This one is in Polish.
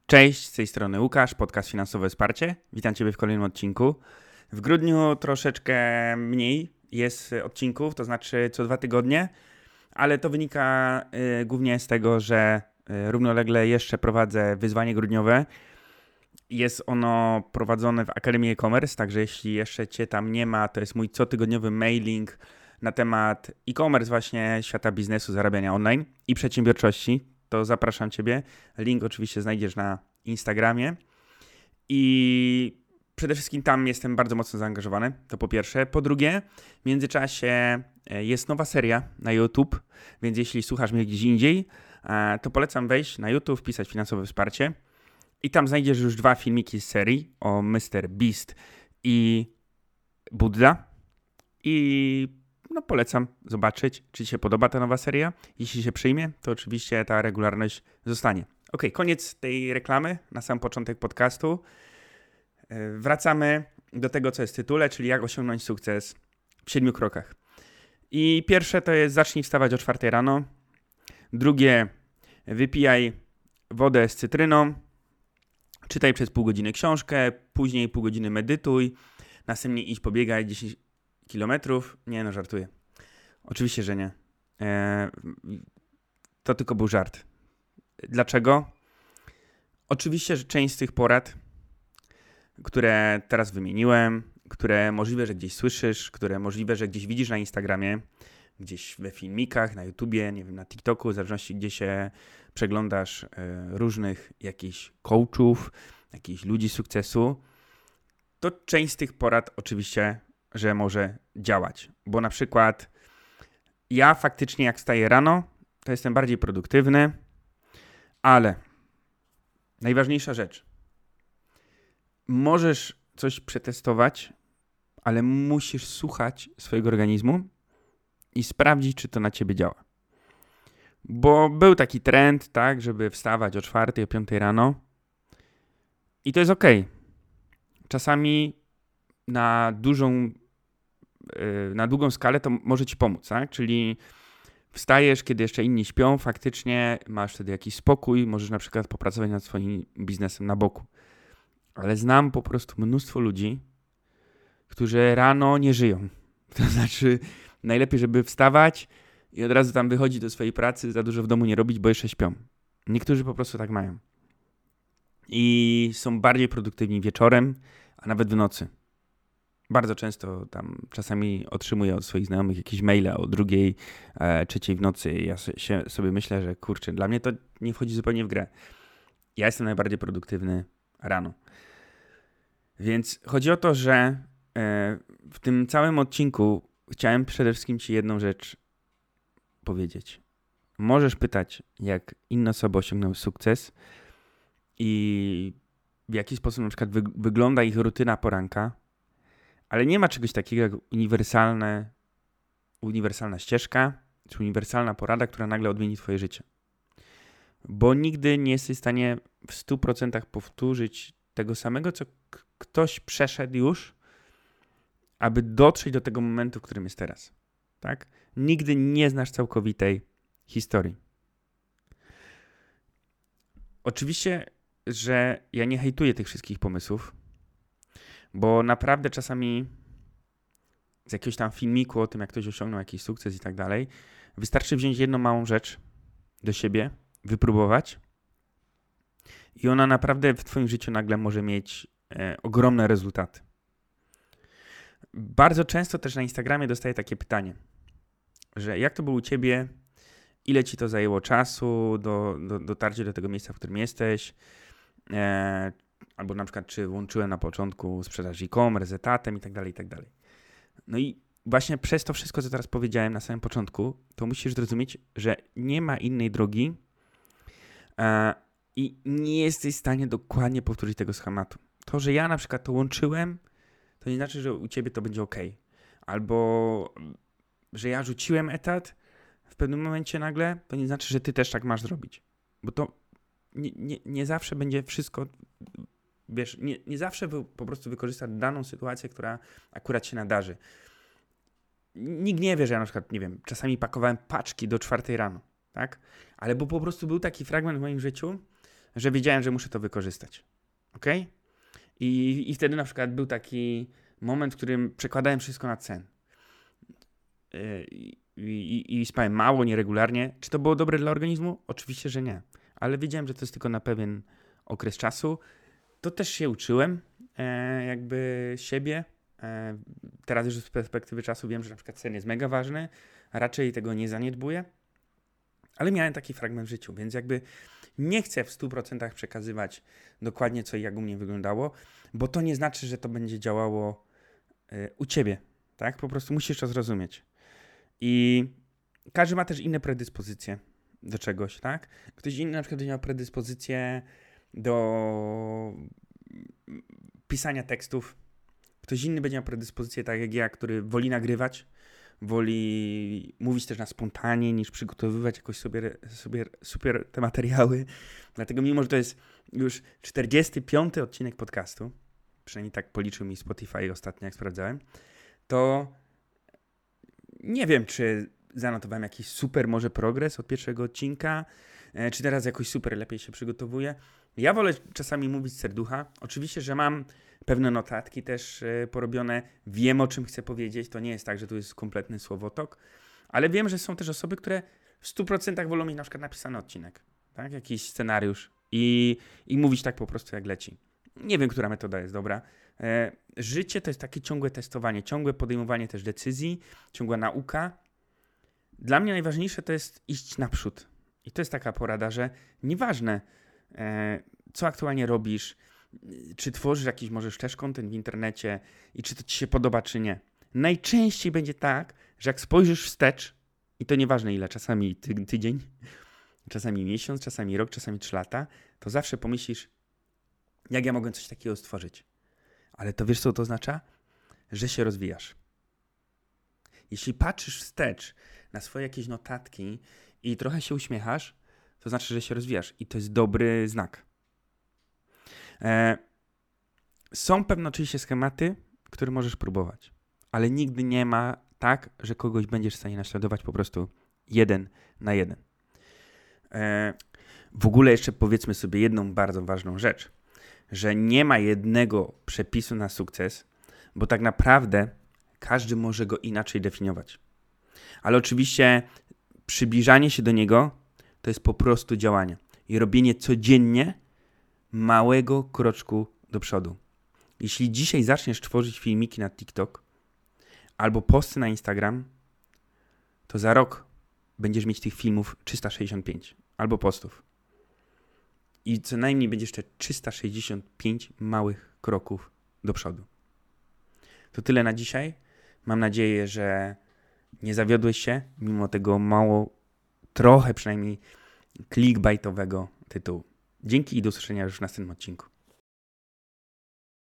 Cześć, z tej strony Łukasz, podcast Finansowe Wsparcie. Witam Ciebie w kolejnym odcinku. W grudniu troszeczkę mniej jest odcinków, to znaczy co 2 tygodnie, ale to wynika głównie z tego, że równolegle jeszcze prowadzę wyzwanie grudniowe. Jest ono prowadzone w Akademii e-commerce, także jeśli jeszcze Cię tam nie ma, to jest mój cotygodniowy mailing na temat e-commerce, właśnie świata biznesu, zarabiania online i przedsiębiorczości. To zapraszam Ciebie. Link oczywiście znajdziesz na Instagramie. I przede wszystkim tam jestem bardzo mocno zaangażowany, to po pierwsze. Po drugie, w międzyczasie jest nowa seria na YouTube, więc jeśli słuchasz mnie gdzieś indziej, to polecam wejść na YouTube, wpisać Finansowe Wsparcie i tam znajdziesz już 2 filmiki z serii o Mr. Beast i Buddha. I polecam zobaczyć, czy Ci się podoba ta nowa seria. Jeśli się przyjmie, to oczywiście ta regularność zostanie. Ok, koniec tej reklamy na sam początek podcastu. Wracamy do tego, co jest w tytule, czyli jak osiągnąć sukces w 7 krokach. I pierwsze to jest zacznij wstawać o 4 rano. Drugie, wypijaj wodę z cytryną. Czytaj przez pół godziny książkę, później pół godziny medytuj. Następnie idź pobiegaj 10 kilometrów. Nie, żartuję. Oczywiście, że nie. To tylko był żart. Dlaczego? Oczywiście, że część z tych porad, które teraz wymieniłem, które możliwe, że gdzieś słyszysz, które możliwe, że gdzieś widzisz na Instagramie, gdzieś we filmikach, na YouTubie, nie wiem, na TikToku, w zależności gdzie się przeglądasz różnych jakichś coachów, jakichś ludzi sukcesu, to część z tych porad oczywiście, że może działać. Bo na przykład ja faktycznie jak wstaję rano, to jestem bardziej produktywny, ale najważniejsza rzecz. Możesz coś przetestować, ale musisz słuchać swojego organizmu i sprawdzić, czy to na ciebie działa. Bo był taki trend, tak, żeby wstawać o 4, o 5 rano i to jest okej. Czasami na długą skalę to może ci pomóc, tak? Czyli wstajesz, kiedy jeszcze inni śpią, faktycznie masz wtedy jakiś spokój, możesz na przykład popracować nad swoim biznesem na boku. Ale znam po prostu mnóstwo ludzi, którzy rano nie żyją. To znaczy najlepiej, żeby wstawać i od razu tam wychodzić do swojej pracy, za dużo w domu nie robić, bo jeszcze śpią. Niektórzy po prostu tak mają. I są bardziej produktywni wieczorem, a nawet w nocy. Bardzo często tam czasami otrzymuję od swoich znajomych jakieś maile o 2, 3 w nocy. Ja sobie myślę, że kurczę, dla mnie to nie wchodzi zupełnie w grę. Ja jestem najbardziej produktywny rano. Więc chodzi o to, że w tym całym odcinku chciałem przede wszystkim Ci jedną rzecz powiedzieć. Możesz pytać, jak inne osoby osiągnęły sukces i w jaki sposób na przykład wygląda ich rutyna poranka, ale nie ma czegoś takiego jak uniwersalna ścieżka czy uniwersalna porada, która nagle odmieni Twoje życie. Bo nigdy nie jesteś w stanie w 100% powtórzyć tego samego, co ktoś przeszedł już, aby dotrzeć do tego momentu, w którym jest teraz. Tak? Nigdy nie znasz całkowitej historii. Oczywiście, że ja nie hejtuję tych wszystkich pomysłów, bo naprawdę czasami z jakiegoś tam filmiku o tym, jak ktoś osiągnął jakiś sukces i tak dalej, wystarczy wziąć jedną małą rzecz do siebie, wypróbować i ona naprawdę w Twoim życiu nagle może mieć ogromne rezultaty. Bardzo często też na Instagramie dostaję takie pytanie, że jak to było u Ciebie, ile Ci to zajęło czasu dotarcie do tego miejsca, w którym jesteś, albo na przykład czy łączyłem na początku sprzedaż e-commerce z etatem i tak dalej, i tak dalej. No i właśnie przez to wszystko, co teraz powiedziałem na samym początku, to musisz zrozumieć, że nie ma innej drogi i nie jesteś w stanie dokładnie powtórzyć tego schematu. To, że ja na przykład to łączyłem, to nie znaczy, że u Ciebie to będzie ok. Albo, że ja rzuciłem etat w pewnym momencie nagle, to nie znaczy, że Ty też tak masz zrobić. Bo to nie zawsze będzie wszystko, wiesz, nie zawsze po prostu wykorzystasz daną sytuację, która akurat się nadarzy. Nikt nie wie, że ja na przykład, nie wiem, czasami pakowałem paczki do 4 rano, tak? Ale bo po prostu był taki fragment w moim życiu, że wiedziałem, że muszę to wykorzystać. Ok? I wtedy na przykład był taki moment, w którym przekładałem wszystko na sen. I spałem mało, nieregularnie. Czy to było dobre dla organizmu? Oczywiście, że nie. Ale wiedziałem, że to jest tylko na pewien okres czasu. To też się uczyłem jakby siebie. Teraz już z perspektywy czasu wiem, że na przykład sen jest mega ważny, a raczej tego nie zaniedbuję. Ale miałem taki fragment w życiu, więc jakby nie chcę w 100% przekazywać dokładnie co i jak u mnie wyglądało, bo to nie znaczy, że to będzie działało u ciebie, tak? Po prostu musisz to zrozumieć. I każdy ma też inne predyspozycje do czegoś, tak? Ktoś inny na przykład będzie miał predyspozycję do pisania tekstów. Ktoś inny będzie miał predyspozycję tak jak ja, który woli nagrywać, woli mówić też na spontanie, niż przygotowywać jakoś sobie super te materiały. Dlatego mimo, że to jest już 45. odcinek podcastu, przynajmniej tak policzył mi Spotify ostatnio, jak sprawdzałem, to nie wiem, czy zanotowałem jakiś super może progres od pierwszego odcinka, czy teraz jakoś super lepiej się przygotowuję. Ja wolę czasami mówić z serducha. Oczywiście, że mam pewne notatki też porobione. Wiem, o czym chcę powiedzieć. To nie jest tak, że tu jest kompletny słowotok. Ale wiem, że są też osoby, które w 100% wolą mieć na przykład napisany odcinek. Tak? Jakiś scenariusz. I mówić tak po prostu jak leci. Nie wiem, która metoda jest dobra. Życie to jest takie ciągłe testowanie, ciągłe podejmowanie też decyzji, ciągła nauka. Dla mnie najważniejsze to jest iść naprzód. I to jest taka porada, że nieważne, co aktualnie robisz, czy tworzysz jakiś możesz też content w internecie i czy to ci się podoba, czy nie. Najczęściej będzie tak, że jak spojrzysz wstecz, i to nieważne ile, czasami tydzień, czasami miesiąc, czasami rok, czasami 3 lata, to zawsze pomyślisz, jak ja mogę coś takiego stworzyć. Ale to wiesz, co to oznacza? Że się rozwijasz. Jeśli patrzysz wstecz na swoje jakieś notatki i trochę się uśmiechasz, to znaczy, że się rozwijasz i to jest dobry znak. Są pewne oczywiście schematy, które możesz próbować, ale nigdy nie ma tak, że kogoś będziesz w stanie naśladować po prostu 1 na 1. W ogóle jeszcze powiedzmy sobie jedną bardzo ważną rzecz, że nie ma jednego przepisu na sukces, bo tak naprawdę każdy może go inaczej definiować. Ale oczywiście przybliżanie się do niego to jest po prostu działanie i robienie codziennie małego kroczku do przodu. Jeśli dzisiaj zaczniesz tworzyć filmiki na TikTok albo posty na Instagram, to za rok będziesz mieć tych filmów 365 albo postów. I co najmniej będzie jeszcze 365 małych kroków do przodu. To tyle na dzisiaj. Mam nadzieję, że nie zawiodłeś się mimo tego trochę przynajmniej clickbaitowego tytułu. Dzięki i do usłyszenia już w następnym odcinku.